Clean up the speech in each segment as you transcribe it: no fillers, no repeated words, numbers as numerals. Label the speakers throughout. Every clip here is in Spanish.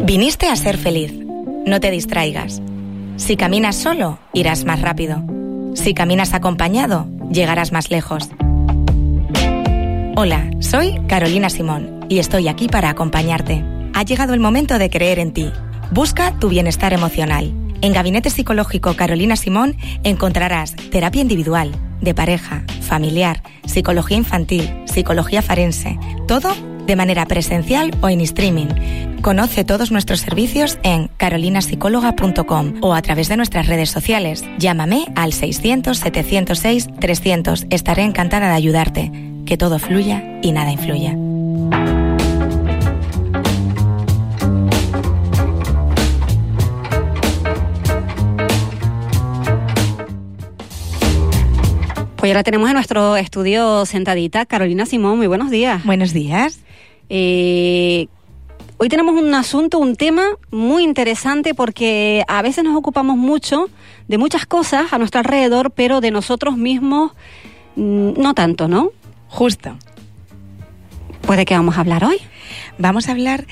Speaker 1: Viniste a ser feliz. No te distraigas. Si caminas solo, irás más rápido. Si caminas acompañado, llegarás más lejos. Hola, soy Carolina Simón y estoy aquí para acompañarte. Ha llegado el momento de creer en ti. Busca tu bienestar emocional. En Gabinete Psicológico Carolina Simón encontrarás terapia individual, de pareja, familiar, psicología infantil, psicología forense, todo de manera presencial o en streaming. Conoce todos nuestros servicios en carolinapsicóloga.com o a través de nuestras redes sociales. Llámame al 600-706-300. Estaré encantada de ayudarte. Que todo fluya y nada influya.
Speaker 2: Pues ya la tenemos en nuestro estudio sentadita. Carolina Simón, muy buenos días.
Speaker 1: Buenos días.
Speaker 2: Hoy tenemos un asunto, un tema muy interesante porque a veces nos ocupamos mucho de muchas cosas a nuestro alrededor, pero de nosotros mismos no tanto, ¿no?
Speaker 1: Justo.
Speaker 2: Pues ¿de qué vamos a hablar hoy?
Speaker 1: Vamos a hablar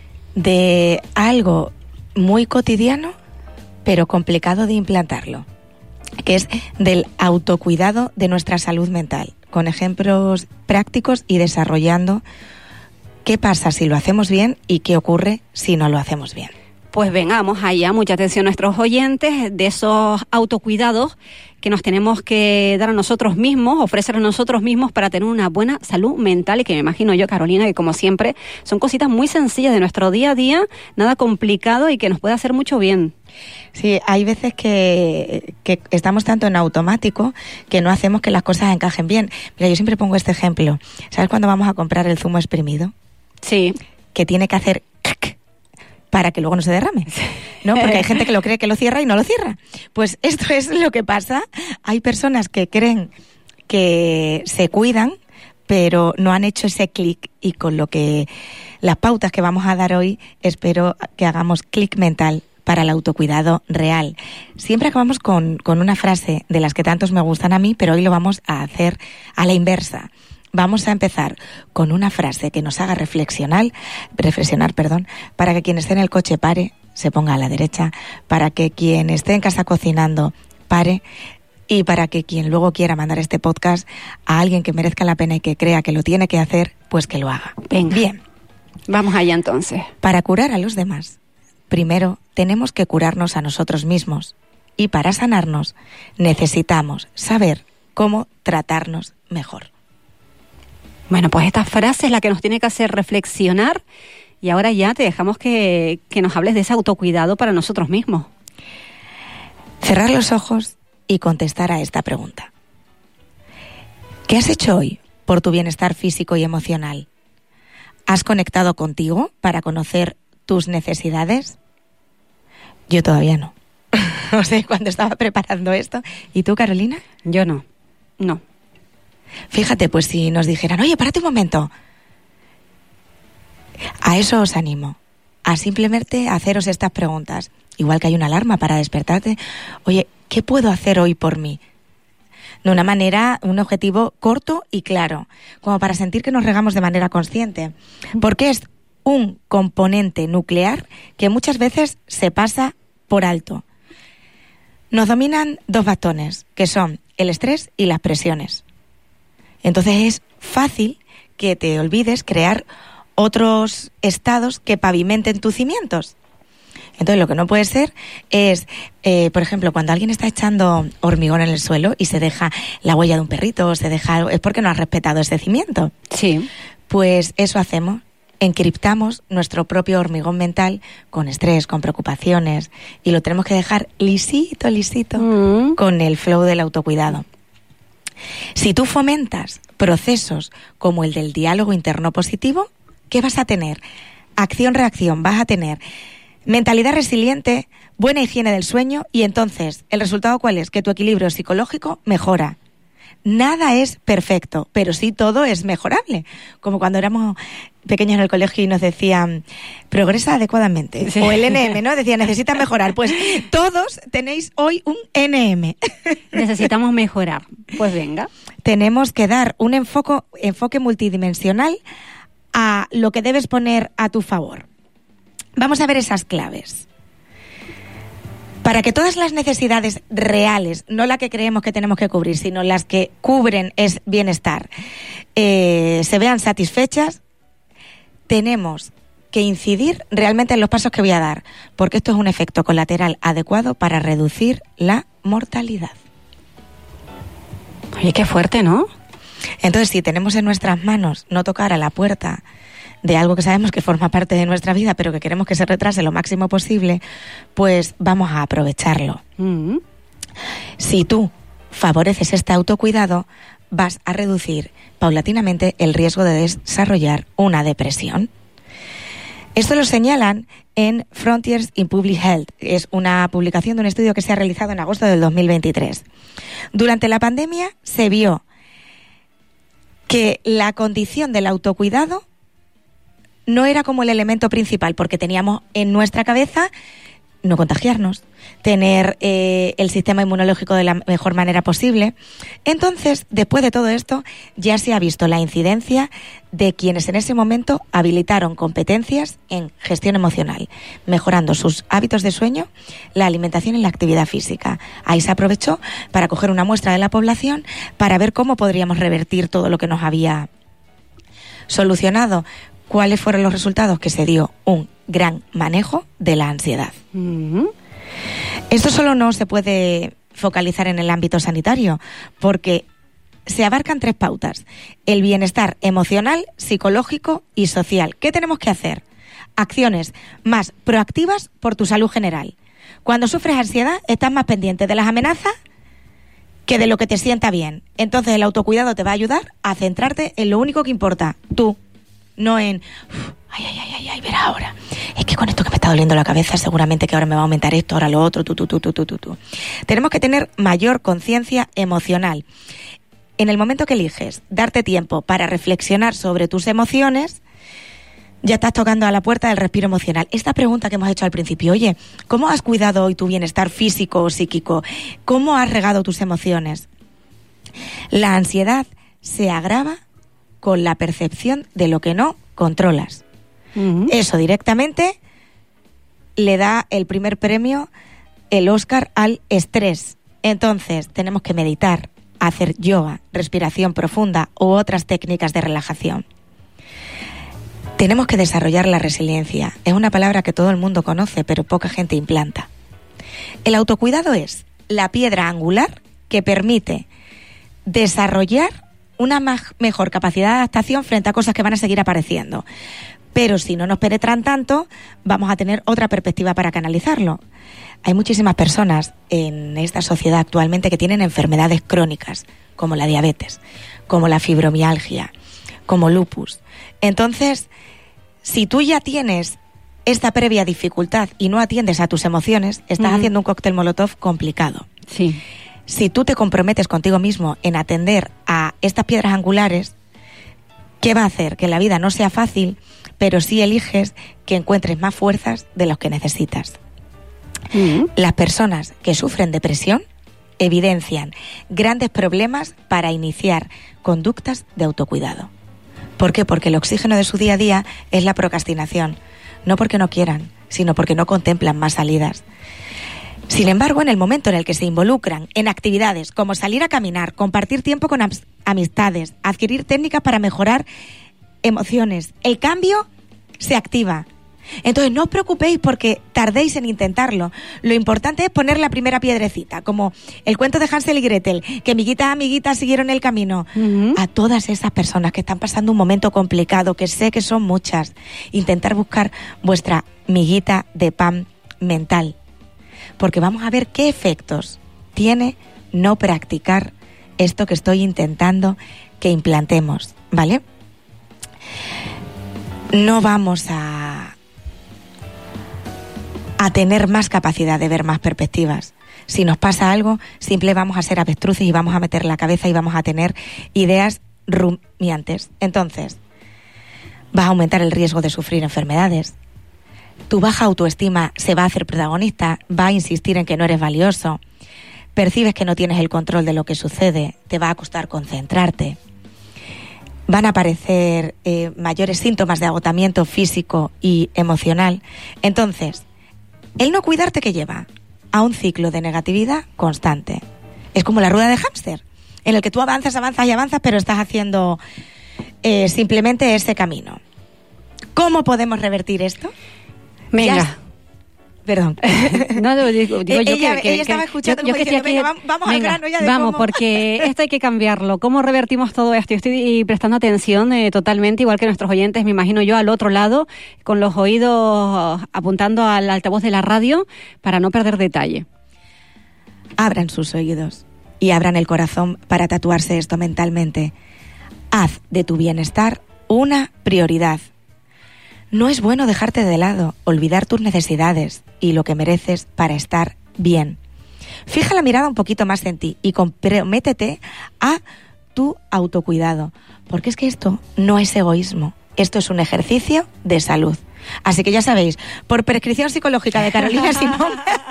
Speaker 1: de algo muy cotidiano, pero complicado de implantarlo, que es del autocuidado de nuestra salud mental, con ejemplos prácticos y desarrollando qué pasa si lo hacemos bien y qué ocurre si no lo hacemos bien.
Speaker 2: Pues vengamos allá, mucha atención a nuestros oyentes, de esos autocuidados que nos tenemos que dar a nosotros mismos, ofrecer a nosotros mismos para tener una buena salud mental y que me imagino yo, Carolina, que como siempre son cositas muy sencillas de nuestro día a día, nada complicado y que nos puede hacer mucho bien.
Speaker 1: Sí, hay veces que estamos tanto en automático que no hacemos que las cosas encajen bien. Mira, yo siempre pongo este ejemplo. ¿Sabes cuando vamos a comprar el zumo exprimido?
Speaker 2: Sí.
Speaker 1: Que tiene que hacer para que luego no se derrame, ¿no? Porque hay gente que lo cree que lo cierra y no lo cierra. Pues esto es lo que pasa. Hay personas que creen que se cuidan, pero no han hecho ese clic, y con lo que las pautas que vamos a dar hoy espero que hagamos clic mental para el autocuidado real. Siempre acabamos con una frase de las que tantos me gustan a mí, pero hoy lo vamos a hacer a la inversa. Vamos a empezar con una frase que nos haga reflexionar, para que quien esté en el coche pare, se ponga a la derecha, para que quien esté en casa cocinando pare, y para que quien luego quiera mandar este podcast a alguien que merezca la pena y que crea que lo tiene que hacer, pues que lo haga.
Speaker 2: Venga.
Speaker 1: Bien.
Speaker 2: Vamos allá entonces.
Speaker 1: Para curar a los demás, primero tenemos que curarnos a nosotros mismos. Y para sanarnos necesitamos saber cómo tratarnos mejor.
Speaker 2: Bueno, pues esta frase es la que nos tiene que hacer reflexionar y ahora ya te dejamos que nos hables de ese autocuidado para nosotros mismos.
Speaker 1: Cerrar los ojos y contestar a esta pregunta. ¿Qué has hecho hoy por tu bienestar físico y emocional? ¿Has conectado contigo para conocer tus necesidades? Yo todavía no. No sé, cuando estaba preparando esto. ¿Y tú, Carolina?
Speaker 2: Yo no.
Speaker 1: Fíjate, pues si nos dijeran, oye, párate un momento. A eso os animo, a simplemente haceros estas preguntas. Igual que hay una alarma para despertarte. Oye, ¿qué puedo hacer hoy por mí? De una manera, un objetivo corto y claro, como para sentir que nos regamos de manera consciente. Porque es un componente nuclear que muchas veces se pasa por alto. Nos dominan dos bastones, que son el estrés y las presiones. Entonces es fácil que te olvides crear otros estados que pavimenten tus cimientos. Entonces lo que no puede ser es, por ejemplo, cuando alguien está echando hormigón en el suelo y se deja la huella de un perrito, es porque no has respetado ese cimiento.
Speaker 2: Sí.
Speaker 1: Pues eso hacemos. Encriptamos nuestro propio hormigón mental con estrés, con preocupaciones, y lo tenemos que dejar lisito con el flow del autocuidado. Si tú fomentas procesos como el del diálogo interno positivo, ¿qué vas a tener? Acción-reacción, vas a tener mentalidad resiliente, buena higiene del sueño, y entonces, ¿el resultado cuál es? Que tu equilibrio psicológico mejora. Nada es perfecto, pero sí todo es mejorable. Como cuando éramos pequeños en el colegio y nos decían, progresa adecuadamente. Sí. O el NM, ¿no? Decía, necesita mejorar. Pues todos tenéis hoy un NM.
Speaker 2: Necesitamos mejorar. Pues venga.
Speaker 1: Tenemos que dar un enfoque multidimensional a lo que debes poner a tu favor. Vamos a ver esas claves. Para que todas las necesidades reales, no la que creemos que tenemos que cubrir, sino las que cubren es bienestar, se vean satisfechas, tenemos que incidir realmente en los pasos que voy a dar, porque esto es un efecto colateral adecuado para reducir la mortalidad.
Speaker 2: Oye, qué fuerte, ¿no?
Speaker 1: Entonces, si tenemos en nuestras manos no tocar a la puerta de algo que sabemos que forma parte de nuestra vida, pero que queremos que se retrase lo máximo posible, pues vamos a aprovecharlo. Si tú favoreces este autocuidado, vas a reducir paulatinamente el riesgo de desarrollar una depresión. Esto lo señalan en Frontiers in Public Health. Es una publicación de un estudio que se ha realizado en agosto del 2023. Durante la pandemia se vio que la condición del autocuidado no era como el elemento principal, porque teníamos en nuestra cabeza no contagiarnos, tener el sistema inmunológico de la mejor manera posible. Entonces, después de todo esto, ya se ha visto la incidencia de quienes en ese momento habilitaron competencias en gestión emocional, mejorando sus hábitos de sueño, la alimentación y la actividad física. Ahí se aprovechó para coger una muestra de la población para ver cómo podríamos revertir todo lo que nos había solucionado. ¿Cuáles fueron los resultados? Que se dio un gran manejo de la ansiedad. Esto solo no se puede focalizar en el ámbito sanitario, porque se abarcan 3 pautas: el bienestar emocional, psicológico y social. ¿Qué tenemos que hacer? Acciones más proactivas por tu salud general. Cuando sufres ansiedad, estás más pendiente de las amenazas que de lo que te sienta bien. Entonces el autocuidado te va a ayudar a centrarte en lo único que importa, tú. No en, ay, verá ahora. Es que con esto que me está doliendo la cabeza, seguramente que ahora me va a aumentar esto, ahora lo otro, tú. Tenemos que tener mayor conciencia emocional. En el momento que eliges darte tiempo para reflexionar sobre tus emociones, ya estás tocando a la puerta del respiro emocional. Esta pregunta que hemos hecho al principio, oye, ¿cómo has cuidado hoy tu bienestar físico o psíquico? ¿Cómo has regado tus emociones? La ansiedad se agrava con la percepción de lo que no controlas. Eso directamente le da el primer premio, el Oscar, al estrés. Entonces, tenemos que meditar, hacer yoga, respiración profunda u otras técnicas de relajación. Tenemos que desarrollar la resiliencia. Es una palabra que todo el mundo conoce, pero poca gente implanta. El autocuidado es la piedra angular que permite desarrollar una mejor capacidad de adaptación frente a cosas que van a seguir apareciendo. Pero si no nos penetran tanto, vamos a tener otra perspectiva para canalizarlo. Hay muchísimas personas en esta sociedad actualmente que tienen enfermedades crónicas, como la diabetes, como la fibromialgia, como lupus. Entonces, si tú ya tienes esta previa dificultad y no atiendes a tus emociones, estás haciendo un cóctel molotov complicado.
Speaker 2: Sí.
Speaker 1: Si tú te comprometes contigo mismo en atender a estas piedras angulares, ¿qué va a hacer? Que la vida no sea fácil, pero sí eliges que encuentres más fuerzas de los que necesitas. Las personas que sufren depresión evidencian grandes problemas para iniciar conductas de autocuidado. ¿Por qué? Porque el oxígeno de su día a día es la procrastinación. No porque no quieran, sino porque no contemplan más salidas. Sin embargo, en el momento en el que se involucran en actividades como salir a caminar, compartir tiempo con amistades, adquirir técnicas para mejorar emociones, el cambio se activa. Entonces, no os preocupéis porque tardéis en intentarlo. Lo importante es poner la primera piedrecita, como el cuento de Hansel y Gretel, que amiguitas siguieron el camino. A todas esas personas que están pasando un momento complicado, que sé que son muchas, intentar buscar vuestra miguita de pan mental. Porque vamos a ver qué efectos tiene no practicar esto que estoy intentando que implantemos, ¿vale? No vamos a tener más capacidad de ver más perspectivas. Si nos pasa algo, simple vamos a ser avestruces y vamos a meter la cabeza y vamos a tener ideas rumiantes. Entonces, vas a aumentar el riesgo de sufrir enfermedades. Tu baja autoestima se va a hacer protagonista, va a insistir en que no eres valioso, percibes que no tienes el control de lo que sucede, te va a costar concentrarte. van a aparecer mayores síntomas de agotamiento físico y emocional. Entonces, el no cuidarte, ¿qué lleva? A un ciclo de negatividad constante. Es como la rueda de hámster, en el que tú avanzas, pero estás haciendo simplemente ese camino. ¿Cómo podemos revertir esto?
Speaker 2: Venga.
Speaker 1: Perdón.
Speaker 2: No, digo
Speaker 1: ella estaba escuchando como diciendo, venga, vamos al grano ya de
Speaker 2: vamos,
Speaker 1: cómo.
Speaker 2: Porque esto hay que cambiarlo. ¿Cómo revertimos todo esto? Yo estoy prestando atención totalmente, igual que nuestros oyentes, me imagino yo, al otro lado, con los oídos apuntando al altavoz de la radio para no perder detalle.
Speaker 1: Abran sus oídos y abran el corazón para tatuarse esto mentalmente. Haz de tu bienestar una prioridad. No es bueno dejarte de lado, olvidar tus necesidades y lo que mereces para estar bien. Fija la mirada un poquito más en ti y comprométete a tu autocuidado, porque es que esto no es egoísmo, esto es un ejercicio de salud. Así que ya sabéis, por prescripción psicológica de Carolina Simón,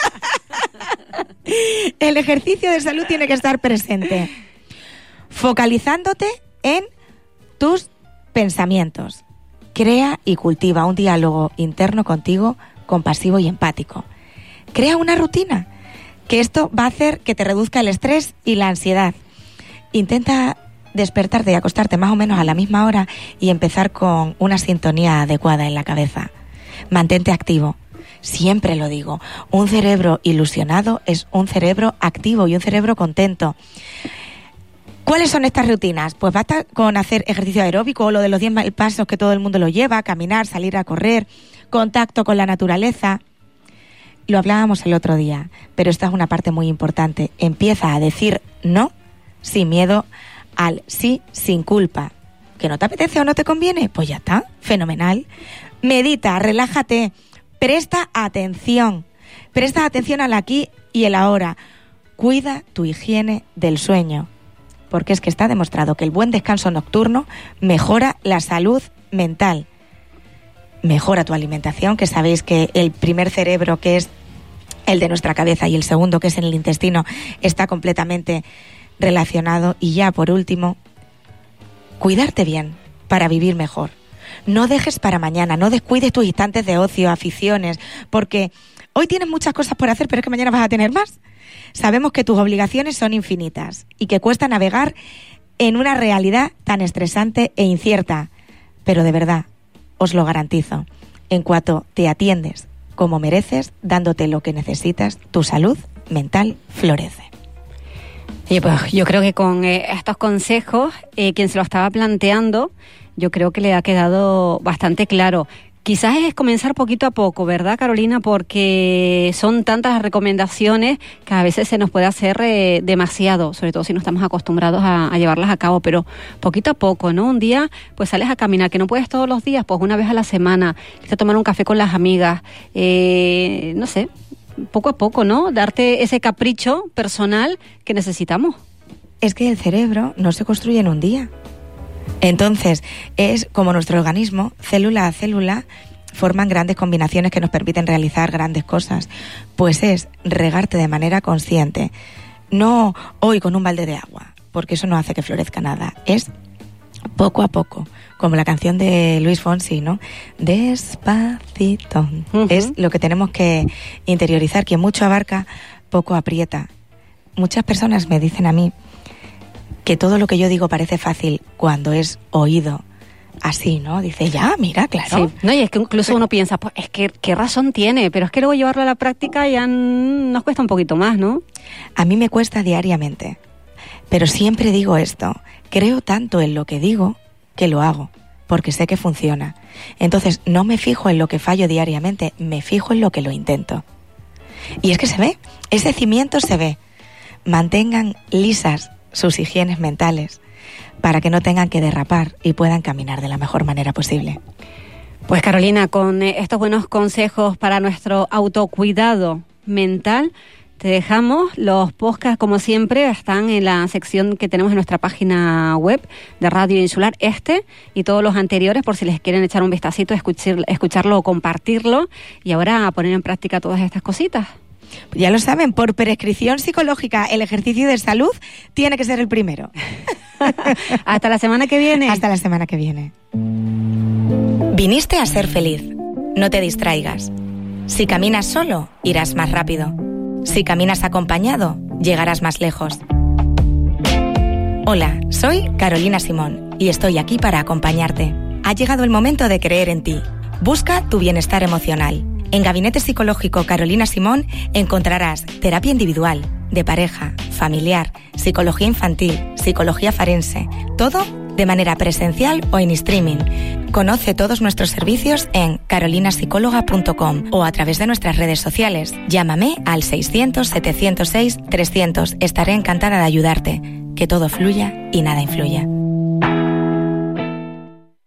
Speaker 1: el ejercicio de salud tiene que estar presente, focalizándote en tus pensamientos. Crea y cultiva un diálogo interno contigo, compasivo y empático. Crea una rutina, que esto va a hacer que te reduzca el estrés y la ansiedad. Intenta despertarte y acostarte más o menos a la misma hora y empezar con una sintonía adecuada en la cabeza. Mantente activo. Siempre lo digo, un cerebro ilusionado es un cerebro activo y un cerebro contento. ¿Cuáles son estas rutinas? Pues basta con hacer ejercicio aeróbico, o lo de los 10 pasos que todo el mundo lo lleva, caminar, salir a correr, contacto con la naturaleza. Lo hablábamos el otro día, pero esta es una parte muy importante. Empieza a decir no sin miedo al sí sin culpa. ¿Que no te apetece o no te conviene? Pues ya está, fenomenal. Medita, relájate, presta atención al aquí y el ahora. Cuida tu higiene del sueño, porque es que está demostrado que el buen descanso nocturno mejora la salud mental. Mejora tu alimentación, que sabéis que el primer cerebro, que es el de nuestra cabeza, y el segundo, que es en el intestino, está completamente relacionado. Y ya por último, cuidarte bien para vivir mejor. No dejes para mañana, no descuides tus instantes de ocio, aficiones, porque hoy tienes muchas cosas por hacer, pero es que mañana vas a tener más. Sabemos que tus obligaciones son infinitas y que cuesta navegar en una realidad tan estresante e incierta. Pero de verdad, os lo garantizo, en cuanto te atiendes como mereces, dándote lo que necesitas, tu salud mental florece.
Speaker 2: Y pues yo creo que con estos consejos, quien se lo estaba planteando, yo creo que le ha quedado bastante claro. Quizás es comenzar poquito a poco, ¿verdad, Carolina? Porque son tantas las recomendaciones que a veces se nos puede hacer demasiado, sobre todo si no estamos acostumbrados a llevarlas a cabo, pero poquito a poco, ¿no? Un día, pues sales a caminar, que no puedes todos los días, pues una vez a la semana, irte a tomar un café con las amigas, no sé, poco a poco, ¿no? Darte ese capricho personal que necesitamos.
Speaker 1: Es que el cerebro no se construye en un día. Entonces, es como nuestro organismo, célula a célula, forman grandes combinaciones que nos permiten realizar grandes cosas. Pues es regarte de manera consciente. No hoy con un balde de agua, porque eso no hace que florezca nada. Es poco a poco, como la canción de Luis Fonsi, ¿no? Despacito. Uh-huh. Es lo que tenemos que interiorizar. Quien mucho abarca, poco aprieta. Muchas personas me dicen a mí que todo lo que yo digo parece fácil cuando es oído así, ¿no? Dice, ya, mira, claro.
Speaker 2: Sí. No, y es que incluso uno piensa, pues es que qué razón tiene, pero es que luego llevarlo a la práctica ya nos cuesta un poquito más, ¿no?
Speaker 1: A mí me cuesta diariamente, pero siempre digo esto, creo tanto en lo que digo que lo hago, porque sé que funciona. Entonces no me fijo en lo que fallo diariamente, me fijo en lo que lo intento. Y es que se ve, ese cimiento se ve. Mantengan lisas sus higienes mentales para que no tengan que derrapar y puedan caminar de la mejor manera posible.
Speaker 2: Pues Carolina, con estos buenos consejos para nuestro autocuidado mental, te dejamos. Los podcasts, como siempre, están en la sección que tenemos en nuestra página web de Radio Insular y todos los anteriores, por si les quieren echar un vistacito, escucharlo o compartirlo, y ahora a poner en práctica todas estas cositas.
Speaker 1: Ya lo saben, por prescripción psicológica, el ejercicio de salud tiene que ser el primero.
Speaker 2: Hasta la semana que viene.
Speaker 1: Hasta la semana que viene. Viniste a ser feliz. No te distraigas. Si caminas solo, irás más rápido. Si caminas acompañado, llegarás más lejos. Hola, soy Carolina Simón y estoy aquí para acompañarte. Ha llegado el momento de creer en ti. Busca tu bienestar emocional. En Gabinete Psicológico Carolina Simón encontrarás terapia individual, de pareja, familiar, psicología infantil, psicología forense, todo de manera presencial o en streaming. Conoce todos nuestros servicios en carolinapsicóloga.com o a través de nuestras redes sociales. Llámame al 600-706-300. Estaré encantada de ayudarte. Que todo fluya y nada influya.